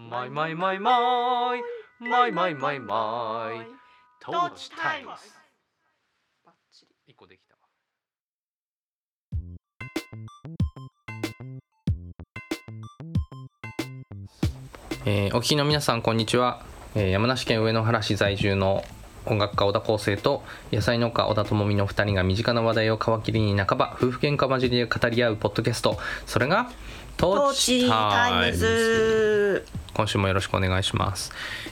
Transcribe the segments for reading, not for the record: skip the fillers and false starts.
マイマイマイマイマイマイマイマイトーチタイムス。 バッチリ。 1個できたわ。お聞きの皆さんこんにちは。山梨県上野原市在住の音楽家小田康生と野菜農家小田智美の2人が身近な話題を皮切りに半ば夫婦喧嘩交じりで語り合うポッドキャスト、それがトーチタイムズ。今週もよろしくお願いします。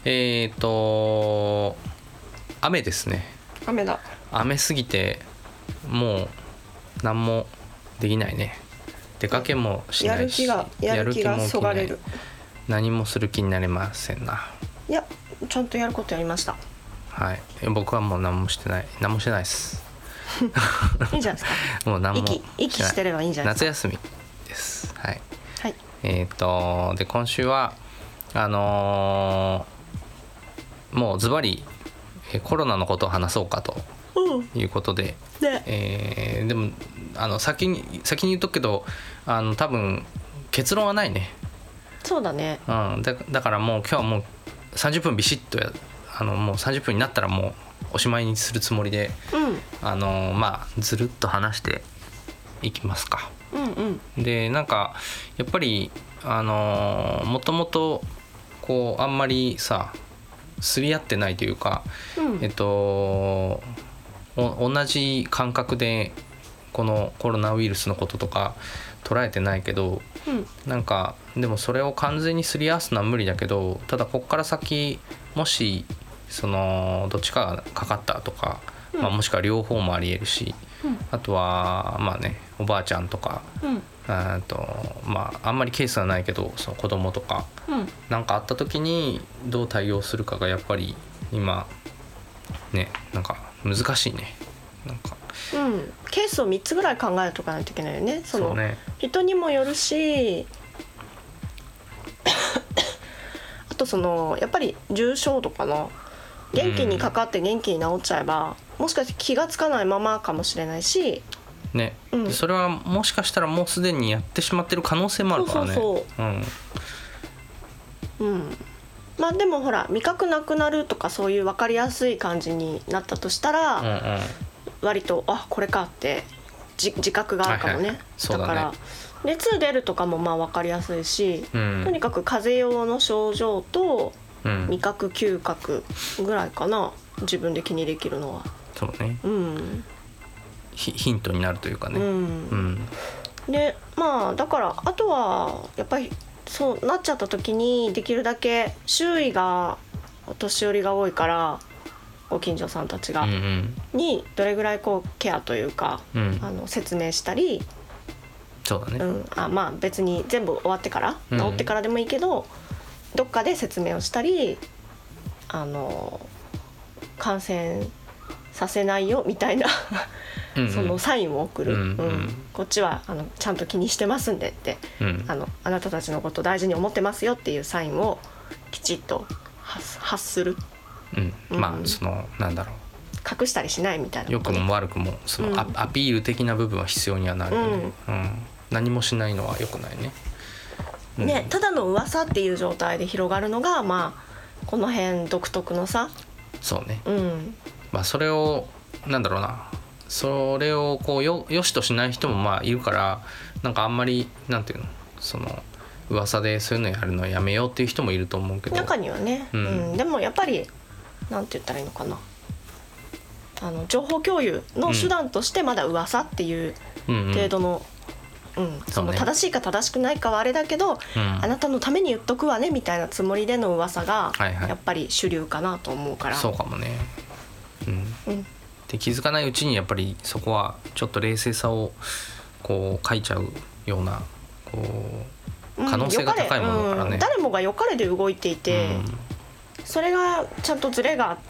雨ですね。 雨だ。 雨すぎてもう何もできないね。出かけもしないし、 やる気がそがれる。 何もする気になれませんな。 いや、ちゃんとやることやりました。 はい、僕はもう何もしてないです。 いいんじゃないですか。 もう何も息してればいいんじゃないですか。 夏休みです。はい。 はい。 で今週はもうズバリコロナのことを話そうかということで、でも先に言っとくけど多分結論はないね。 そうだね。 だからもう今日はもう30分ビシッともう30分になったらもうおしまいにするつもりで、ずるっと話していきますか。でなんかやっぱりもともとこうあんまりさすり合ってないというか、同じ感覚でこのコロナウイルスのこととか捉えてないけど、なんかでもそれを完全にすり合わすのは無理だけど、ただこっから先もしどっちかがかかったとか、もしくは両方もありえるし、あとはおばあちゃんとか、あんまりケースはないけどその子供とか、なんかあった時にどう対応するかがやっぱり今ね、なんか難しいね。なんかケースを3つぐらい考えとかないといけないよね。 そうね。 人にもよるしあとやっぱり重症とかの元気にかかって元気に治っちゃえば、もしかして気がつかないままかもしれないしね、それはもしかしたらもうすでにやってしまってる可能性もあるからね。 でもほら味覚なくなるとかそういう分かりやすい感じになったとしたら、割とこれかって自覚があるかもね。だから熱出るとかも分かりやすいし、とにかく風邪用の症状と味覚嗅覚ぐらいかな、自分で気にできるのは。 そうね。ヒントになるというかね。 でだからあとはやっぱりそうなっちゃった時にできるだけ周囲がお年寄りが多いから、ご近所さんたちが、にどれぐらいケアというか、説明したり、 そうだね。 別に全部終わってから治ってからでもいいけど、どっかで説明をしたり、感染させないよみたいなそのサインを送る、こっちはちゃんと気にしてますんでって、あなたたちのこと大事に思ってますよっていうサインをきちっと発する、 なんだろう、 隠したりしないみたいな良くも悪くもアピール的な部分は必要にはなるよね。何もしないのは良くないね。 ただの噂っていう状態で広がるのがこの辺独特のさ。 そうね。それをなんだろうな、それをよしとしない人もいるから、なんかあんまりなんていうの、噂でそういうのやるのやめようっていう人もいると思うけど、 中にはね。でもやっぱりなんて言ったらいいのかな、情報共有の手段としてまだ噂っていう程度の、その正しいか正しくないかはあれだけど、あなたのために言っとくわねみたいなつもりでの噂がやっぱり主流かなと思うから。 そうかもね。で気づかないうちにやっぱりそこはちょっと冷静さを書いちゃうような可能性が高いものだからね。 誰もが良かれで動いていて、それがちゃんとズレがあって、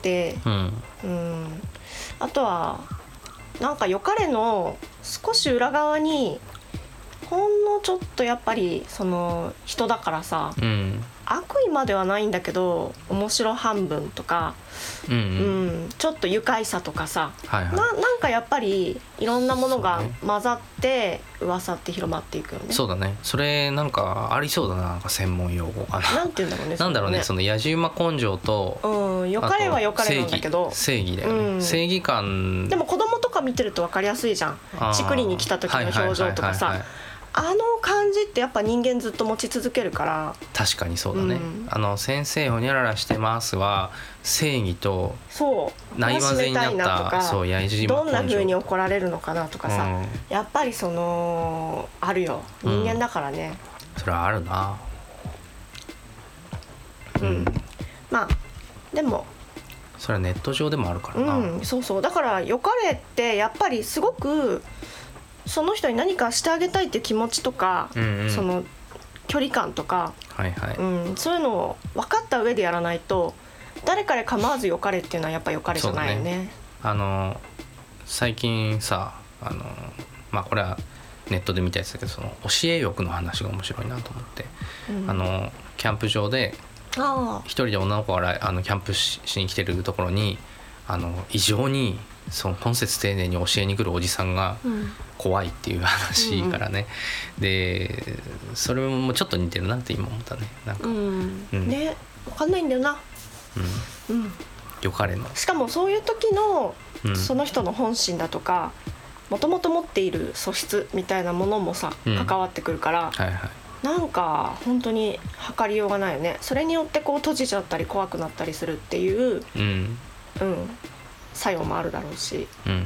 あとはなんか良かれの少し裏側にほんのちょっとやっぱりその人だからさ、 うん、 悪意まではないんだけど面白半分とか、 うんうんうん、ちょっと愉快さとかさ、 はいはい、 なんかやっぱりいろんなものが混ざって噂って広まっていくよね。 そうだね。それなんかありそうだな、なんか専門用語かな。 なんて言うんだろうね。 なんだろうね、その野じ馬根性と、 うん、よかれはよかれなんだけど、 正義だよね、うん、正義感。 でも子供とか見てると分かりやすいじゃん。チクリに来た時の表情とかさ、あの感じってやっぱ人間ずっと持ち続けるから。 確かにそうだね、先生ほにゃららしてますは正義とないまぜになったそうやじ馬根性、 どんな風に怒られるのかなとかさ、やっぱりそのあるよ、人間だからね、 それはあるな。 まあでもそれはネット上でもあるからな、 そうそう、だからよかれってやっぱりすごくその人に何かしてあげたいっていう気持ちとか、その距離感とか、そういうのを分かった上でやらないと誰かで構わずよかれっていうのはやっぱよかれじゃないよね。 最近さまあこれはネットで見たやつだけど、その教え欲の話が面白いなと思って、キャンプ場で一人で女の子がキャンプしに来てるところに異常にその今節丁寧に教えに来るおじさんが怖いっていう話からね、でそれもちょっと似てるなって今思ったね。なんか、 ね、分かんないんだよな、 よかれの。しかもそういう時のその人の本心だとかもともと持っている素質みたいなものもさ、関わってくるから、なんか本当に測りようがないよね。それによってこう閉じちゃったり怖くなったりするっていう、作用もあるだろうし、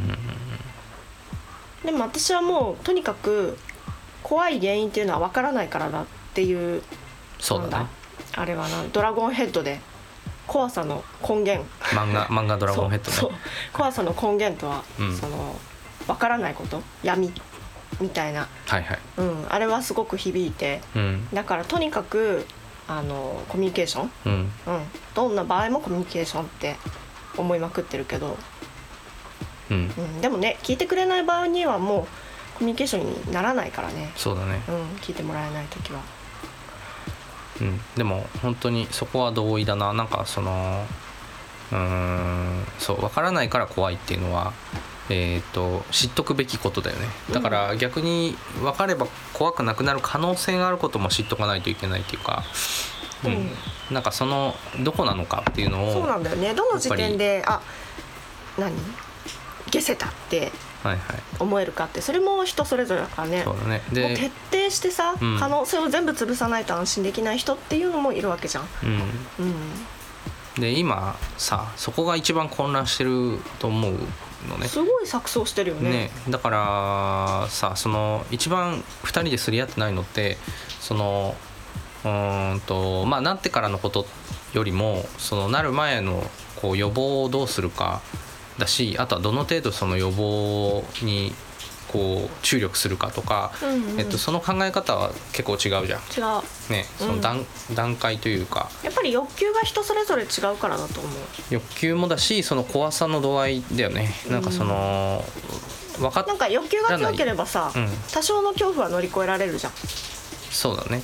でも私はもうとにかく怖い原因っていうのは分からないからだっていう、 そうだね、 あれはドラゴンヘッドで怖さの根源漫画ドラゴンヘッドね。 そう怖さの根源とは、その分からないこと、闇みたいな、あれはすごく響いて、だからとにかくコミュニケーション、どんな場合もコミュニケーションって思いまくってるけど、でもね、聞いてくれない場合にはもうコミュニケーションにならないからね。 そうだね、 聞いてもらえないときは、 でも本当にそこは同意だな。なんかそのそう分からないから怖いっていうのは知っとくべきことだよね。だから逆に分かれば怖くなくなる可能性があることも知っとかないといけないっていうか、なんかそのどこなのかっていうのを、 そうなんだよね。どの時点で消せたって思えるかって、それも人それぞれだからね。 そうだね。 でもう徹底してさ、可能性を全部潰さないと安心できない人っていうのもいるわけじゃん。 で今さ、そこが一番混乱してると思うのね。 すごい錯綜してるよね。 だからさ、その一番2人ですり合ってないのってそのまあなってからのことよりもそのなる前のこう予防をどうするかだし、あとはどの程度その予防にこう注力するかとか、その考え方は結構違うじゃん。 違うね、その段階というか、 やっぱり欲求が人それぞれ違うからだと思う。 欲求もだし、その怖さの度合いだよね。なんかそのなんか欲求が強ければさ、多少の恐怖は乗り越えられるじゃん。 そうだね。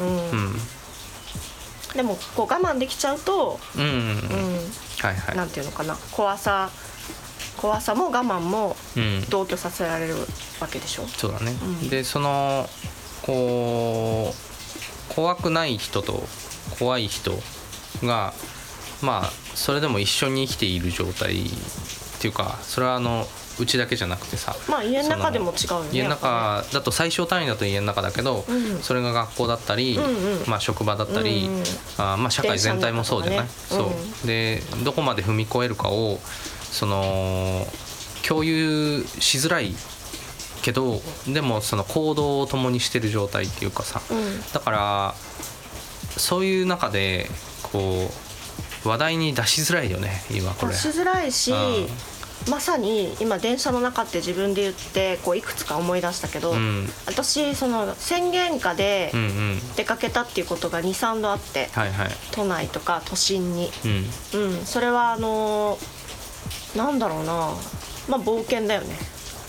でもこう我慢できちゃうと、なんていうのかな、怖さも我慢も同居させられるわけでしょ。 そうだね。でそのこう怖くない人と怖い人がまあそれでも一緒に生きている状態っていうか、それはうちだけじゃなくてさ、 まあ家の中でも違うよね。 家の中だと最小単位だと家の中だけど、それが学校だったり、まあ職場だったり、まあ社会全体もそうじゃない。そうでどこまで踏み越えるかをその共有しづらいけど、でもその行動を共にしてる状態っていうかさ、だからそういう中でこう話題に出しづらいよね今これ。 出しづらいし、まさに今電車の中って自分で言ってこういくつか思い出したけど、私その宣言下で出かけたっていうことが 2,3 度あって、都内とか都心に、それはなんだろうな、まあ冒険だよね。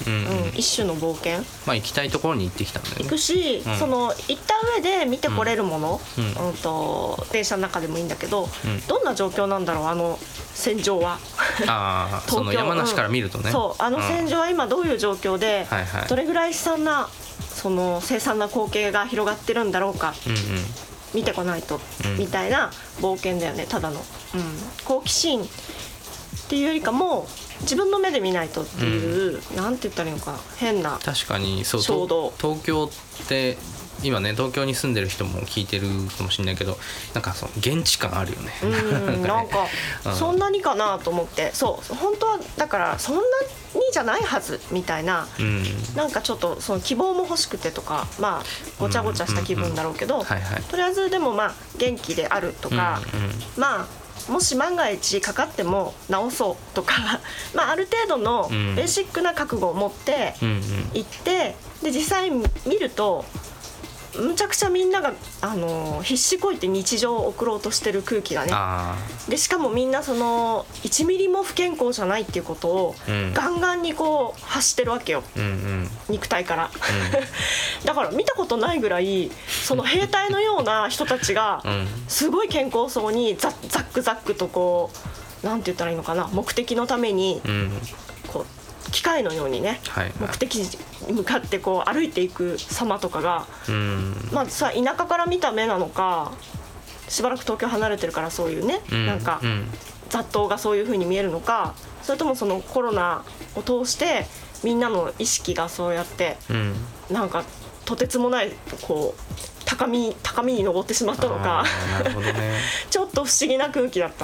一種の冒険、 まあ、行きたいところに行ってきたんだよね。 行くし、その行った上で見てこれるもの、電車の中でもいいんだけど、どんな状況なんだろう、あの戦場はその山梨から見るとね、 そう戦場は今どういう状況で、どれぐらい悲惨なその凄惨な光景が広がってるんだろうか、見てこないと、みたいな冒険だよね、ただの、好奇心っていうよりかも自分の目で見ないとっていう、なんて言ったらいいのかな、変な確かにそう、 衝動。 東京って今ね、東京に住んでる人も聞いてるかもしれないけど、なんかその現地感あるよね。 なんかそんなにかなと思って、そう本当はだからそんなにじゃないはずみたいな、なんかちょっとその希望も欲しくてとか、まあごちゃごちゃした気分だろうけど、とりあえずでもまあ元気であるとか、まあもし万が一かかっても治そうとかまあある程度のベーシックな覚悟を持って行って、で実際見るとむちゃくちゃみんなが必死こいて日常を送ろうとしてる空気がね、でしかもみんなその1ミリも不健康じゃないっていうことをガンガンにこう発してるわけよ、肉体から、だから見たことないぐらいその兵隊のような人たちがすごい健康そうにザックザックとこう、なんて言ったらいいのかな、目的のためにこう機械のようにね、目的に向かってこう歩いていく様とかが、まあさ、田舎から見た目なのか、しばらく東京離れてるからそういうね、なんか雑踏がそういう風に見えるのか、それともそのコロナを通してみんなの意識がそうやって、なんかとてつもないこう高みに登ってしまったのかなるほど、ね、 ちょっと不思議な空気だった。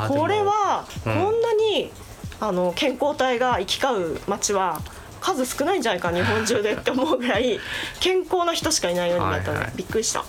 これはこんなに健康体が行き交う街は数少ないんじゃないか日本中でって思うぐらい健康な人しかいないように見えたね、びっくりした。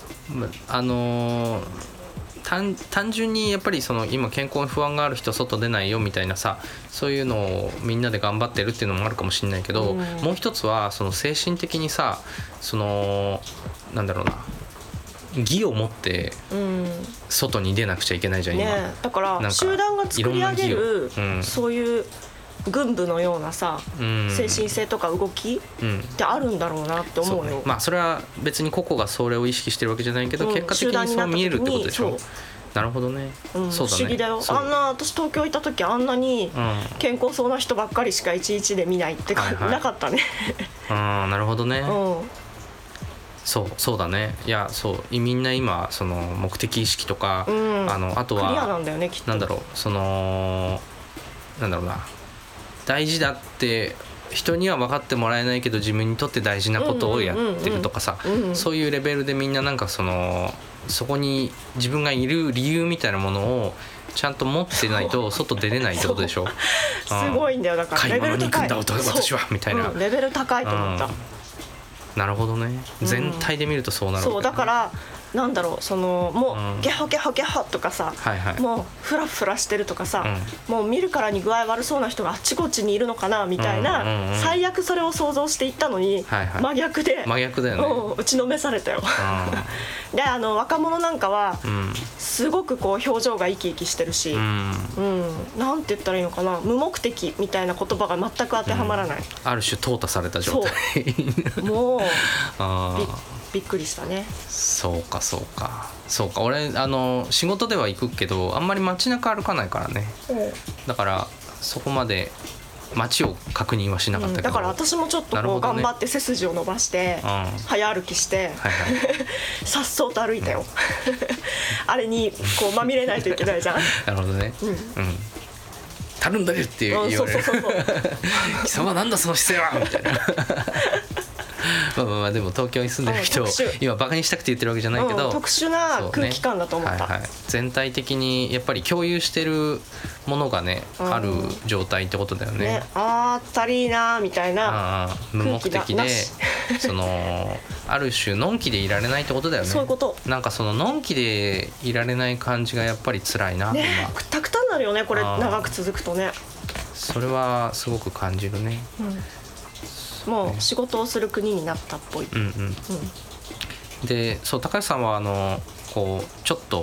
単純にやっぱりその今健康に不安がある人外出ないよみたいなさ、そういうのをみんなで頑張ってるっていうのもあるかもしれないけど、もう一つはその精神的にさ、そのなんだろうな、義を持って外に出なくちゃいけないじゃん、今、 だから集団が作り上げる、そういう軍部のようなさ、精神性とか動きってあるんだろうなって思うよ。 まあそれは別に個々がそれを意識してるわけじゃないけど、結果的にそう見えるってことでしょ。なるほどね、そうだね、 不思議だよ。あんな私東京行った時あんなに健康そうな人ばっかりしか1日で見ないってなかったね。 なるほどね、そうだね。いや、そうみんな今その目的意識とか、あとはクリアなんだよね、きっと。 なんだろう、そのなんだろうな、大事だって人には分かってもらえないけど自分にとって大事なことをやってるとかさ、そういうレベルでみんななんかそこに自分がいる理由みたいなものをちゃんと持ってないと外出れないってことでしょ。 すごいんだよ、だから買い物に行くんだ私はみたいな、 レベル高いと思った。 なるほどね、全体で見るとそうなるわけ、 そうだからなんだろう、そのもうゲホゲホゲホとかさ、もうフラフラしてるとかさ、もう見るからに具合悪そうな人があっちこっちにいるのかなみたいな、最悪それを想像していったのに、真逆で、 真逆だよね、 打ちのめされたよ。で若者なんかはすごくこう表情が生き生きしてるし、なんて言ったらいいのかな、無目的みたいな言葉が全く当てはまらない、 ある種淘汰された状態。 もうびっくりしたね。 そうか俺仕事では行くけどあんまり街中歩かないからね、だからそこまで街を確認はしなかったけど、 だから私もちょっとこう頑張って背筋を伸ばして早歩きしてさっそうと歩いたよ。あれにこうまみれないといけないじゃん。 なるほどね、たるんだよって言われる。貴様なんだその姿勢はみたいな。まあでも東京に住んでる人を今バカにしたくて言ってるわけじゃないけど、 特殊な空気感だと思った、 全体的にやっぱり共有してるものがね、ある状態ってことだよね。 あったりーなみたいな無目的でそのある種のんきでいられないってことだよね。 そういうこと。 なんかそののんきでいられない感じがやっぱり辛いな、 今くたくたになるよね、これ長く続くとね。 それはすごく感じるね、 もう仕事をする国になったっぽい。 で、そう高橋さんはこうちょっと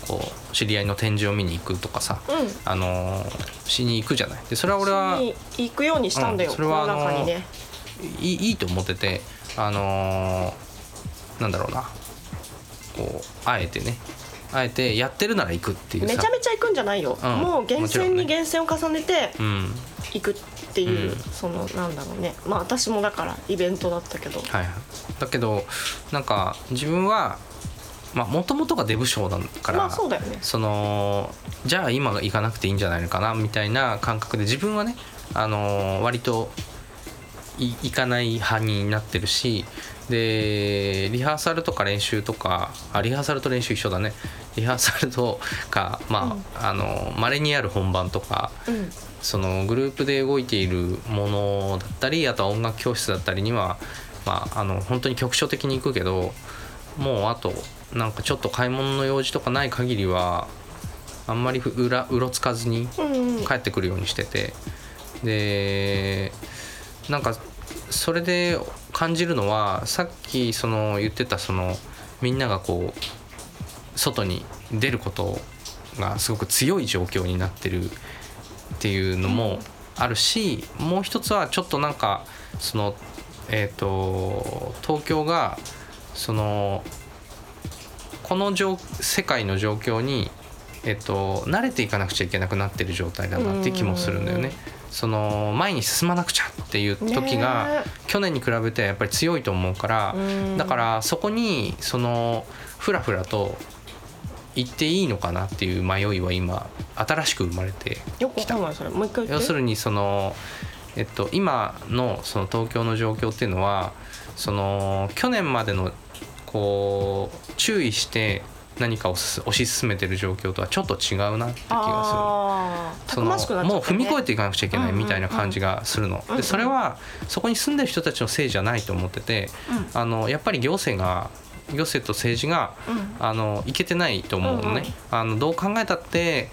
こう知り合いの展示を見に行くとかさ、しに行くじゃない。でそれは俺は行くようにしたんだよ、 それは中にねいいと思ってて、なんだろうな、こうあえてやってるなら行くっていうさ、 めちゃめちゃ行くんじじゃないよ、もう厳選に厳選を重ねて行くっていう、そのなんだろうね、まあ私もだからイベントだったけど、 だけどなんか自分はもともとがデブ症だから、 そうだよね、 そのじゃあ今行かなくていいんじゃないのかなみたいな感覚で自分はね、割と行かない派になってるし、でリハーサルとか練習とかリハーサルと練習一緒だね。リハーサルとか稀にある本番とか、そのグループで動いているものだったり、あとは音楽教室だったりには本当に局所的に行くけど、もうあとなんかちょっと買い物の用事とかない限りはあんまりうろつかずに帰ってくるようにしてて、でなんかそれで感じるのは、さっき言ってたみんながこう外に出ることがすごく強い状況になってるっていうのもあるし、もう一つはちょっとなんか東京がこの世界の状況に慣れていかなくちゃいけなくなってる状態だなっていう気もするんだよね。前に進まなくちゃっていう時が去年に比べてやっぱり強いと思うから、だからそこにふらふらと行っていいのかなっていう迷いは今新しく生まれてきた。要するに今の東京の状況っていうのは去年までのこう注意して何かを推し進めてる状況とはちょっと違うなって気がする。もう踏み越えていかなくちゃいけないみたいな感じがするの。でそれはそこに住んでる人たちのせいじゃないと思ってて、やっぱり行政と政治がいけてないと思うのね。どう考えたって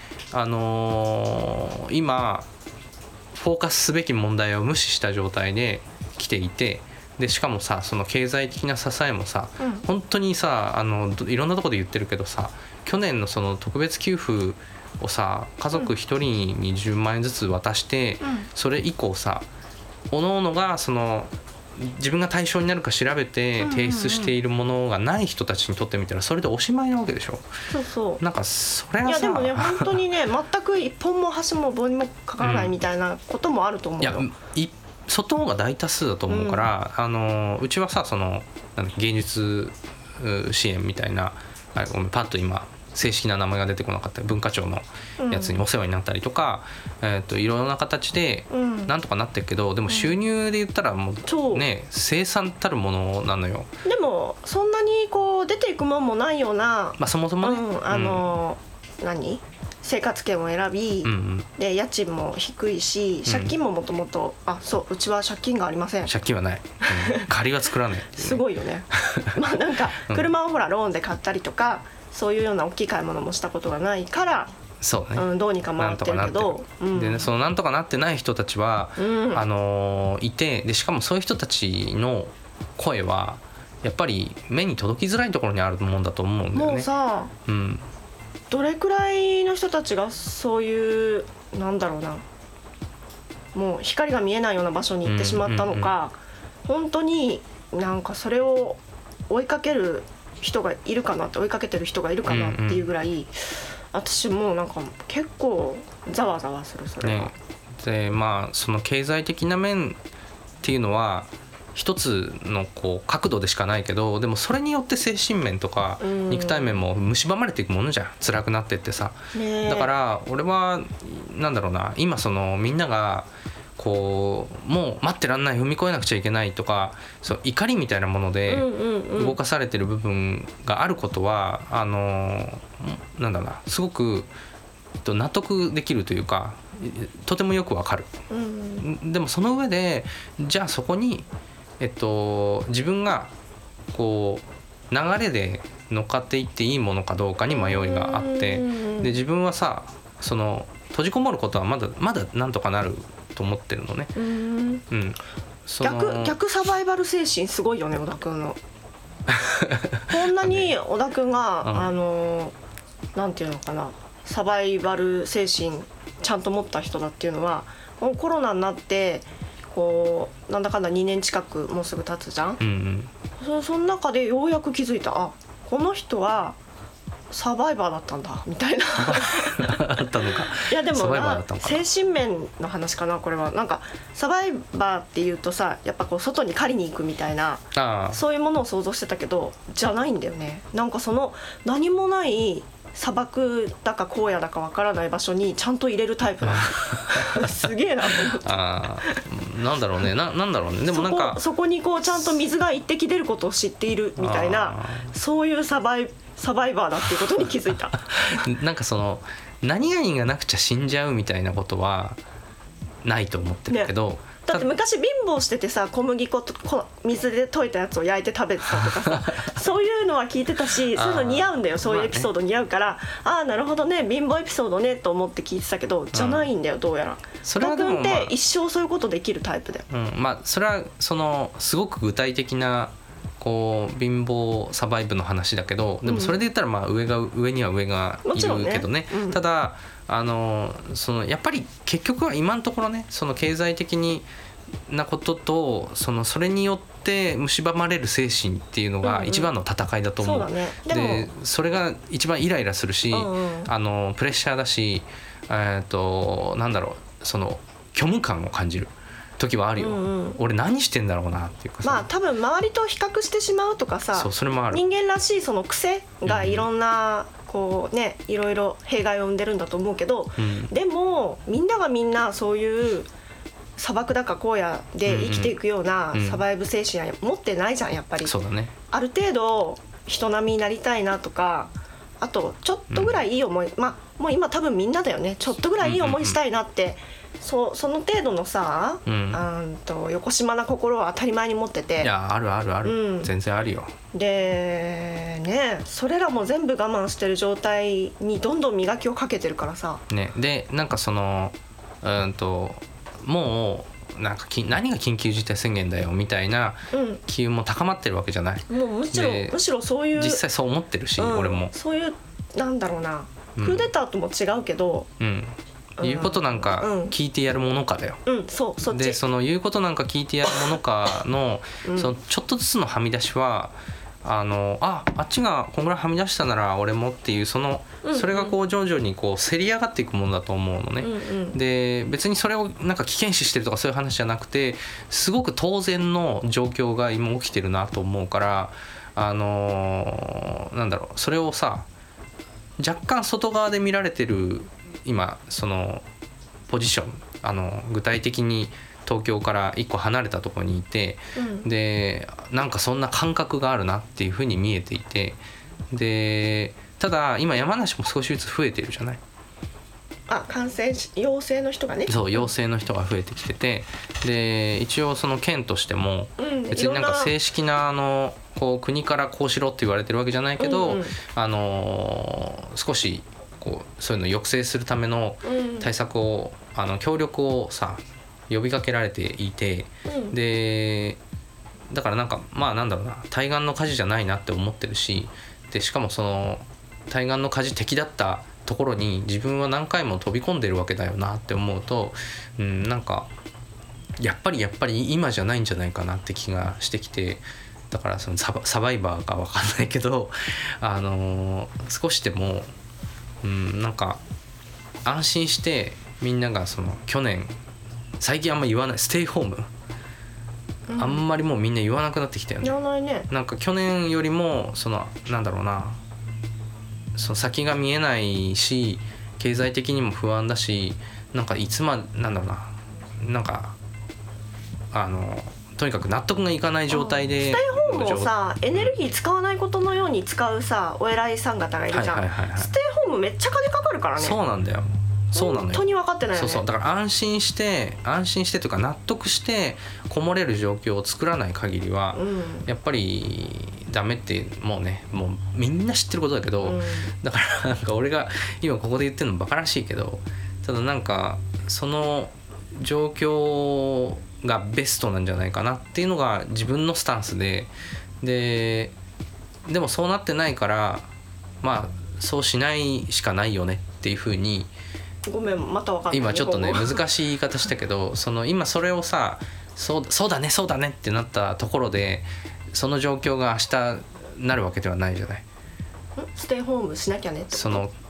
今フォーカスすべき問題を無視した状態で来ていて、でしかもさ、その経済的な支えもさ、本当にさいろんなとこで言ってるけどさ、去年のその特別給付をさ、家族1人に10万円ずつ渡して、それ以降さ、各々が自分が対象になるか調べて提出しているものがない人たちにとってみたらそれでおしまいなわけでしょ。なんかそれはさ、 いやでもね、本当にね全く一本も箸も棒にもかからないみたいなこともあると思うよ。 そっちの方が大多数だと思うから、うちはさ芸術支援みたいな、ごめんパッと今正式な名前が出てこなかった、文化庁のやつにお世話になったりとか、いろんな形でなんとかなってるけど、でも収入で言ったらもうね、生産たるものなのよ。 でもそんなにこう出ていくもんもないような、 そもそもね、 生活圏を選び、で家賃も低いし、借金ももともとうちは借金がありません。 借金はない、借りは作らない、 すごいよね。なんか車をほらローンで買ったりとか、そういうような大きい買い物もしたことがないから、 そうね、 どうにか回ってるけど、 でね、そのなんとかなってない人たちは、いて、でしかもそういう人たちの声はやっぱり目に届きづらいところにあるもんだと思うんだよね。 もうさ、どれくらいの人たちがそういうなんだろうな、もう光が見えないような場所に行ってしまったのか、本当になんかそれを追いかける人がいるかなって、追いかけてる人がいるかなっていうぐらい、私もうなんか結構ざわざわする、それは。 ね、でその経済的な面っていうのは一つのこう角度でしかないけど、でもそれによって精神面とか肉体面も蝕まれていくものじゃん、辛くなってってさ。だから俺はなんだろうな、今みんながこうもう待ってらんない、踏み越えなくちゃいけないとか、そう怒りみたいなもので動かされてる部分があることは、なんだろうな、すごく納得できるというか、とてもよくわかる。でもその上でじゃあそこに自分がこう流れで乗っかっていっていいものかどうかに迷いがあって、で自分はさ閉じこもることはまだなんとかなると思ってるのね。 逆サバイバル精神すごいよね、小田君の。こんなに小田君が、 なんていうのかな、サバイバル精神ちゃんと持った人だっていうのは、もうコロナになってこうなんだかんだ2年近くもうすぐ経つじゃん、 うんうん、 その中でようやく気づいた、あ、この人はサバイバーだったんだみたいなあったのか。 いやでもな精神面の話かなこれは。なんかサバイバーっていうとさ、やっぱこう外に狩りに行くみたいな、そういうものを想像してたけど、じゃないんだよね。なんかその何もない砂漠だか荒野だかわからない場所にちゃんと入れるタイプなんだすげえなと思って。 なんだろうね、なんだろうね。でもなんかそこにこうちゃんと水が一滴出ることを知っているみたいな、そういうサバイバーだっていうことに気づいたなんかその何々がなくちゃ死んじゃうみたいなことはないと思ってるけど、ね、 だって昔貧乏しててさ、小麦粉と水で溶いたやつを焼いて食べてたとかさそういうのは聞いてたし、そういうの似合うんだよ、そういうエピソード似合うから、ああなるほどね、貧乏エピソードねと思って聞いてたけど、じゃないんだよ、どうやら。 それはでも、 って一生そういうことできるタイプだよ、 まあそれはそのすごく具体的なこう貧乏サバイブの話だけど、でもそれで言ったらまあ上には上がいるけどね、ただそのやっぱり結局は今のところね、その経済的なこととそれによって蝕まれる精神っていうのが一番の戦いだと思う。でそれが一番イライラするし、プレッシャーだし、なんだろう、その虚無感を感じる時はあるよ、俺何してんだろうなっていうかさ、 まあ多分周りと比較してしまうとかさ、 それもある。 人間らしいその癖がいろんなこうね、いろいろ弊害を生んでるんだと思うけど、でもみんながみんなそういう砂漠だか荒野で生きていくようなサバイブ精神は持ってないじゃん、やっぱり。 そうだね。 ある程度人並みになりたいなとか、あとちょっとぐらいいい思い、まあもう今多分みんなだよね、ちょっとぐらいいい思いしたいなって、その程度のさ、よこしまな心は当たり前に持ってて。 いや、ある、全然あるよ。でね、それらも全部我慢してる状態にどんどん磨きをかけてるからさ、 ね、でなんかそのもうなんか何が緊急事態宣言だよみたいな機運も高まってるわけじゃない。 もうむしろそういう、 実際そう思ってるし、俺もそういうなんだろうな、クーデターとも違うけど、 言うことなんか聞いてやるものかだよ。 そっちでその言うことなんか聞いてやるものかの、そのちょっとずつのはみ出しはあっちがこんぐらいはみ出したなら俺もっていうそれがこう徐々にこうせり上がっていくものだと思うのね。で別にそれをなんか危険視してるとかそういう話じゃなくて、すごく当然の状況が今起きてるなと思うから、なんだろう、それをさ若干外側で見られてる今そのポジション、具体的に東京から一個離れたところにいて、でなんかそんな感覚があるなっていうふうに見えていて、でただ今山梨も少しずつ増えてるじゃない。 感染陽性の人がね、 そう陽性の人が増えてきてて、で一応その県としても別になんか正式なこう国からこうしろって言われてるわけじゃないけど、少しこうそういうのを抑制するための対策を協力をさ呼びかけられていて、でだからなんかまあなんだろうな、対岸の火事じゃないなって思ってるし、でしかもその対岸の火事敵だったところに自分は何回も飛び込んでるわけだよなって思うと、なんかやっぱり今じゃないんじゃないかなって気がしてきて、だからそのサバイバーか分かんないけど少しでもなんか安心してみんながその去年最近あんま言わないステイホーム、あんまりもうみんな言わなくなってきたよね。 言わないね。 なんか去年よりもそのなんだろうな、その先が見えないし経済的にも不安だし、なんかなんだろうな、なんかとにかく納得がいかない状態で、 ステイホームをさエネルギー使わないことのように使うさお偉いさん方がいるじゃん、ステイホームめっちゃ金かかるからね。 そうなんだよ、そうなのよ。 本当に分かってないよね。 そうだから安心してというか納得してこもれる状況を作らない限りは、やっぱりダメってもうみんな知ってることだけど、だからなんか俺が今ここで言ってるのバカらしいけど、ただなんかその状況がベストなんじゃないかなっていうのが自分のスタンスでもそうなってないから、まあそうしないしかないよねっていうふうに、 ごめんまた分かんない、 今ちょっとね難しい言い方したけど今それをさそうだねそうだねってなったところでその状況が明日なるわけではないじゃない。 ステイホームしなきゃねって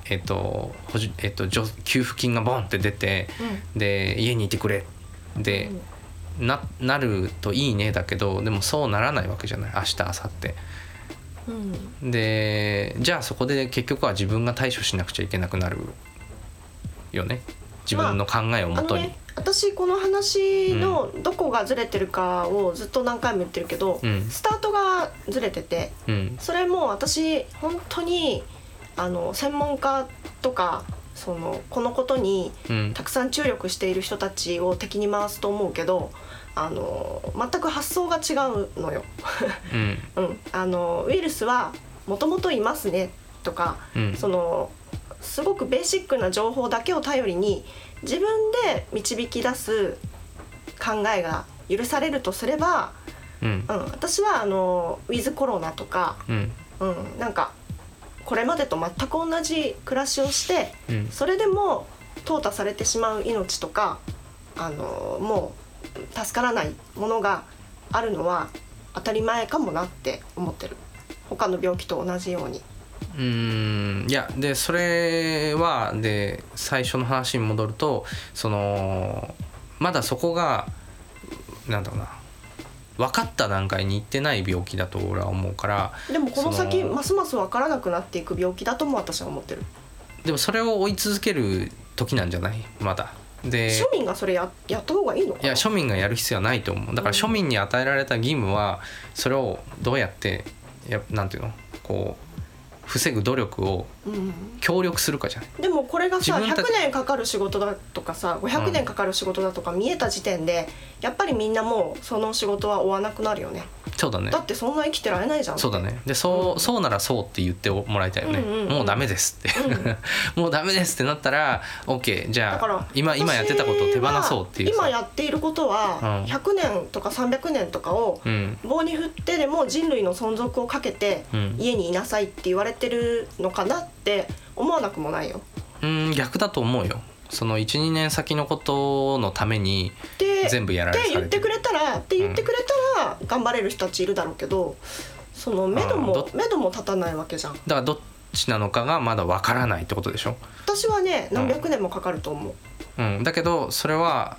給付金がボンって出て、で家にいてくれで、なるといいねだけど、でもそうならないわけじゃない、明日明後日、でじゃあそこで結局は自分が対処しなくちゃいけなくなるよね、自分の考えをもとに。 私この話のどこがずれてるかをずっと何回も言ってるけど、スタートがずれてて、それも私本当に専門家とかこのことにたくさん注力している人たちを敵に回すと思うけど、全く発想が違うのよ、ウイルスはもともといますねとか、すごくベーシックな情報だけを頼りに自分で導き出す考えが許されるとすれば、私はウィズコロナとか、なんかこれまでと全く同じ暮らしをして、それでも淘汰されてしまう命とかもう助からないものがあるのは当たり前かもなって思ってる、他の病気と同じように。 いやでそれはで最初の話に戻るとまだそこがなんだろうな分かった段階に行ってない病気だと俺は思うから。 でもこの先ますます分からなくなっていく病気だとも私は思ってる。 でもそれを追い続ける時なんじゃないまだで。 庶民がそれやった方がいいのかな。 いや庶民がやる必要はないと思う。だから庶民に与えられた義務はそれをどうやってなんていうの防ぐ努力を協力するかじゃない、 でもこれがさ100年かかる仕事だとかさ500年かかる仕事だとか見えた時点で、やっぱりみんなもうその仕事は追わなくなるよね。 そうだね。 だってそんな生きてられないじゃん。 そうだね。でそうならそうって言ってもらいたいよね、もうダメですって、もうダメですってなったら OK じゃあ今やってたことを手放そうっていう。 今やっていることは100年とか300年とかを棒に振ってでも人類の存続をかけて家にいなさいって言われてるのかなって思わなくもないよ。 逆だと思うよ。その 1,2 年先のことのために全部やられてるって言ってくれたら頑張れる人たちいるだろうけど、その目処も立たないわけじゃん。 だからどっちなのかがまだわからないってことでしょ。 私はね何百年もかかると思う、だけどそれは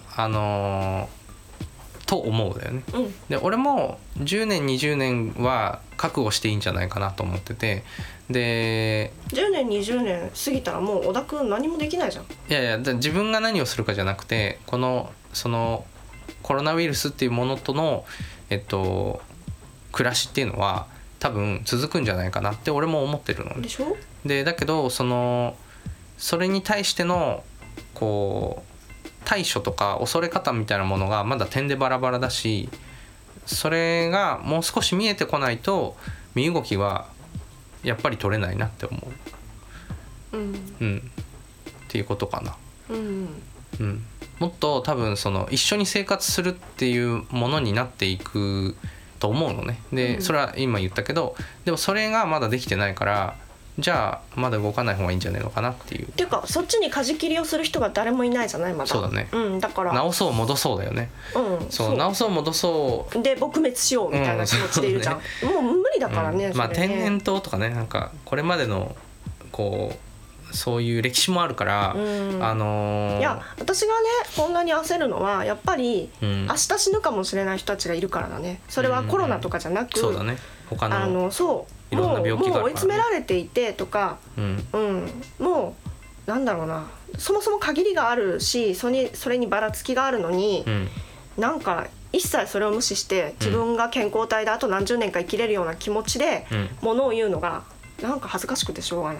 と思うだよね、で俺も10年20年は覚悟していいんじゃないかなと思ってて、で 10年20年過ぎたらもう小田君何もできないじゃん。 いや自分が何をするかじゃなくてそのコロナウイルスっていうものとの暮らしっていうのは多分続くんじゃないかなって俺も思ってるのでしょ。 でだけどそれに対しての対処とか恐れ方みたいなものがまだ点でバラバラだし、それがもう少し見えてこないと身動きはやっぱり取れないなって思う、っていうことかな、もっと多分一緒に生活するっていうものになっていくと思うのね。でそれは今言ったけど、でもそれがまだできてないからじゃあまだ動かない方がいいんじゃないのかなっていう。 っていうかそっちに舵切りをする人が誰もいないじゃないまだ。 そうだね、 だから直そう戻そうだよね、そう直そう戻そうで撲滅しようみたいな気持ちでいるじゃん、もう無理だからね、 まあ天然痘とかね、なんかこれまでのそういう歴史もあるから、 いや私がねこんなに焦るのはやっぱり、明日死ぬかもしれない人たちがいるからだね。それはコロナとかじゃなく、 そうだね、他のいろんな病気があるから、ね、もう追い詰められていてとか、もうなんだろうな、そもそも限りがあるしそれにばらつきがあるのに、なんか一切それを無視して自分が健康体であと何十年か生きれるような気持ちでものを言うのがなんか恥ずかしくてしょうがない。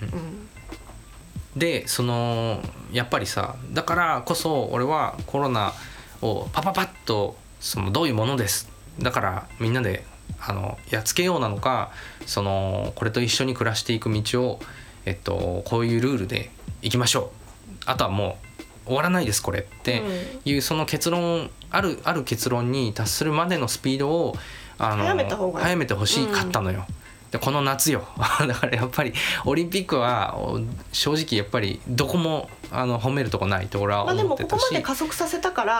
でやっぱりさ、だからこそ俺はコロナをパパパッとどういうものですだからみんなでやっつけようなのか、これと一緒に暮らしていく道を、こういうルールでいきましょう、あとはもう終わらないですこれっていう、その結論ある結論に達するまでのスピードを早めてほしかったのよ、 でこの夏よだからやっぱりオリンピックは正直やっぱりどこも褒めるとこないと俺は思ってたし、 でもここまで加速させたから、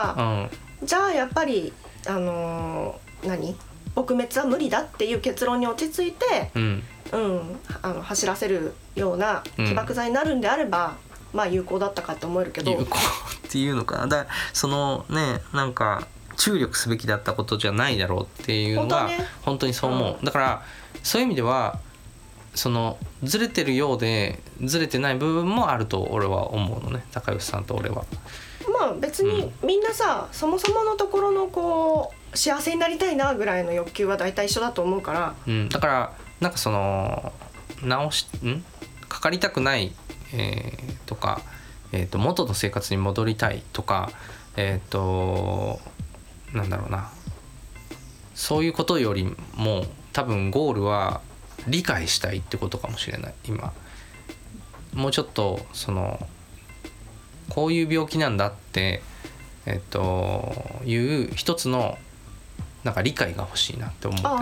じゃあやっぱり撲滅は無理だっていう結論に落ち着いて、走らせるような起爆剤になるんであれば、まあ有効だったかと思えるけど、 有効っていうのかな、だそのねなんか注力すべきだったことじゃないだろうっていうのが本当にそう思う、だからそういう意味ではそのずれてるようでずれてない部分もあると俺は思うのね、高吉さんと俺は。 まあ別にみんなさ、そもそものところのこう幸せになりたいなぐらいの欲求は大体一緒だと思うから、 だからなんかそのかかりたくない、とか、元の生活に戻りたいとかなんだろうな、そういうことよりも多分ゴールは理解したいってことかもしれない。今もうちょっとそのこういう病気なんだっていう一つのなんか理解が欲しいなって思って、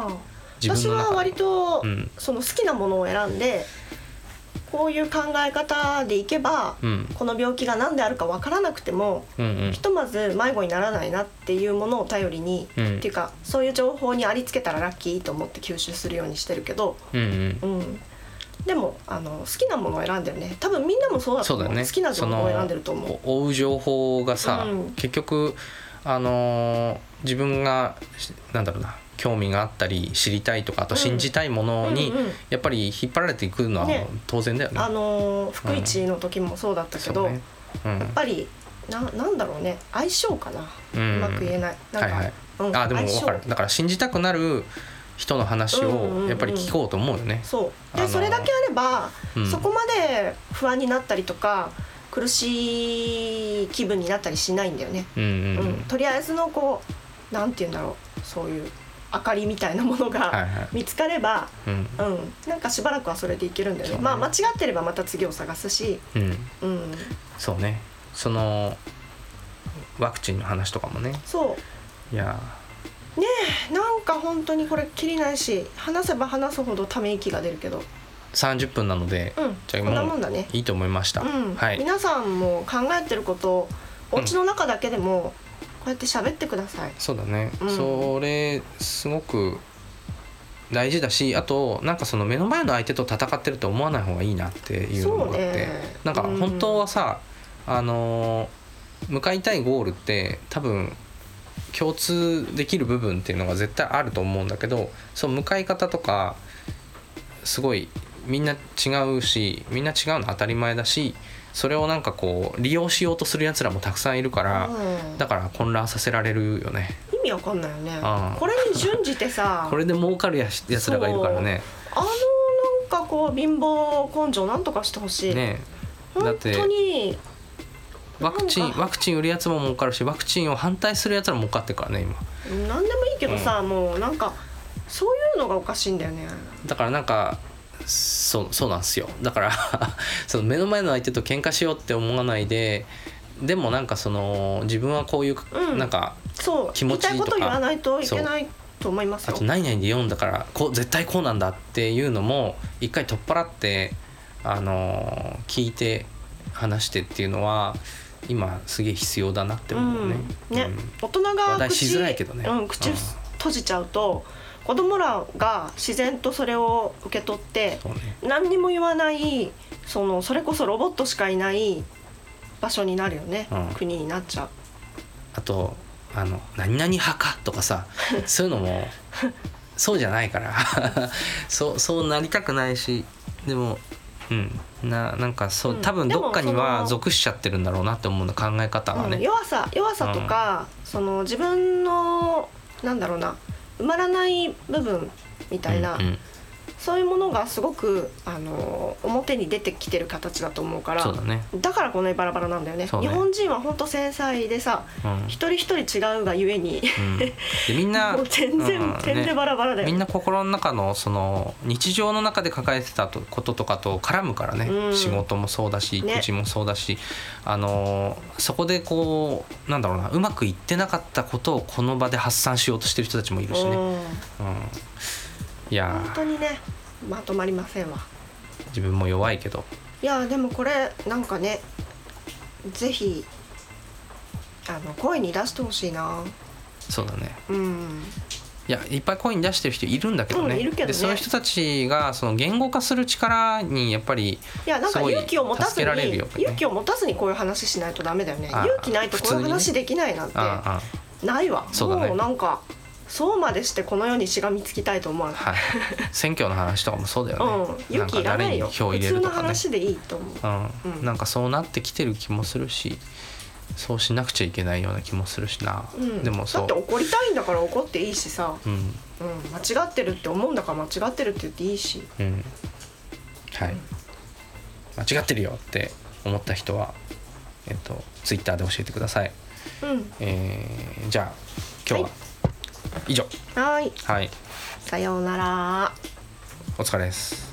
私は割とその好きなものを選んで、こういう考え方でいけば、この病気が何であるか分からなくても、ひとまず迷子にならないなっていうものを頼りに、っていうかそういう情報にありつけたらラッキーと思って吸収するようにしてるけど、でも好きなものを選んでるね。多分みんなもそうだと思う。 そうだね、 好きな情報を選んでると思う。 追う情報がさ、結局自分がなんだろうな、興味があったり知りたいとか、あと信じたいものにやっぱり引っ張られていくのは当然だよね。 福一の時もそうだったけど、やっぱりなんだろうね、相性かな、うまく言えない。なんか、 でも分かる。だから信じたくなる人の話をやっぱり聞こうと思うよね。 そうで、それだけあれば、そこまで不安になったりとか苦しい気分になったりしないんだよね。とりあえずのこうなんていうんだろう、そういう明かりみたいなものが見つかれば、なんかしばらくはそれでいけるんだよね。まあ間違ってればまた次を探すし、 そうね、そのワクチンの話とかもね。 そういやねえ、なんか本当にこれきりないし、話せば話すほどため息が出るけど、 30分なので、 じゃあもうこんなもんだね。 いいと思いました。 皆さんも考えてることをお家の中だけでもこうやって喋ってください。 そうだね、それすごく大事だし、あとなんかその目の前の相手と戦ってると思わない方がいいなっていうのがあって、なんか本当はさ、向かいたいゴールって多分共通できる部分っていうのが絶対あると思うんだけど、その向かい方とかすごいみんな違うし、みんな違うの当たり前だし、それをなんかこう利用しようとするやつらもたくさんいるから、だから混乱させられるよね。 意味わかんないよね。これに準じてさこれで儲かるやつらがいるからね。 なんかこう貧乏根性なんとかしてほしいね。だって本当にワクチン売るやつも儲かるし、ワクチンを反対するやつらも儲かってるからね今。 何でもいいけどさ、もうなんかそういうのがおかしいんだよね。 だからなんかそうなんですよ。だからその目の前の相手と喧嘩しようって思わないで、でもなんかその自分はこういうなんか気持ちとか、 言いたいこと言わないといけないと思いますよ。 あと何々で読んだから絶対こうなんだっていうのも一回取っ払って聞いて話してっていうのは今すげえ必要だなって思うね。 大人が話題しづらいけどね、 口閉じちゃうと子供らが自然とそれを受け取って、何にも言わないそれこそロボットしかいない場所になるよね、国になっちゃう。 あと何々派かとかさそういうのもそうじゃないからそうなりたくないし、でもなんか多分どっかには属しちゃってるんだろうなって思うの、考え方がね。 弱さとか、自分のなんだろうな、埋まらない部分みたいな、そういうものがすごく表に出てきてる形だと思うから、 そうだね、 だからこんなにバラバラなんだよね。日本人は本当繊細でさ、一人一人違うがゆえに、 でみんなもう全然点でバラバラだよ、 みんな心の中の日常の中で抱えてたこととかと絡むからね、仕事もそうだし育児もそうだし、そこでこうなんだろうな、うまくいってなかったことをこの場で発散しようとしてる人たちもいるしね。いや本当にね、 まとまりませんわ。 自分も弱いけど。 いやでもこれなんかね、ぜひ声に出してほしいな。 そうだね。 うん。 いや、いっぱい声に出してる人いるんだけどね。 いるけどね。 でそういう人たちがその言語化する力にやっぱりすごい助けられるよね。 勇気を持たずにこういう話しないとダメだよね。勇気ないとこういう話できないなんてないわ。 そうだね。 もうなんかそうまでしてこの世にしがみつきたいと思わない。 はい。選挙の話とかもそうだよね。 勇気いらないよ。 票入れるとかね。 普通の話でいいと思う。なんかそうなってきてる気もするし、そうしなくちゃいけないような気もするしな。でもそう。 だって怒りたいんだから怒っていいしさ。間違ってるって思うんだから間違ってるって言っていいし。 はい。間違ってるよって思った人はツイッターで教えてください。じゃあ今日は以上。 はい。 はい。 さようなら。 お疲れです。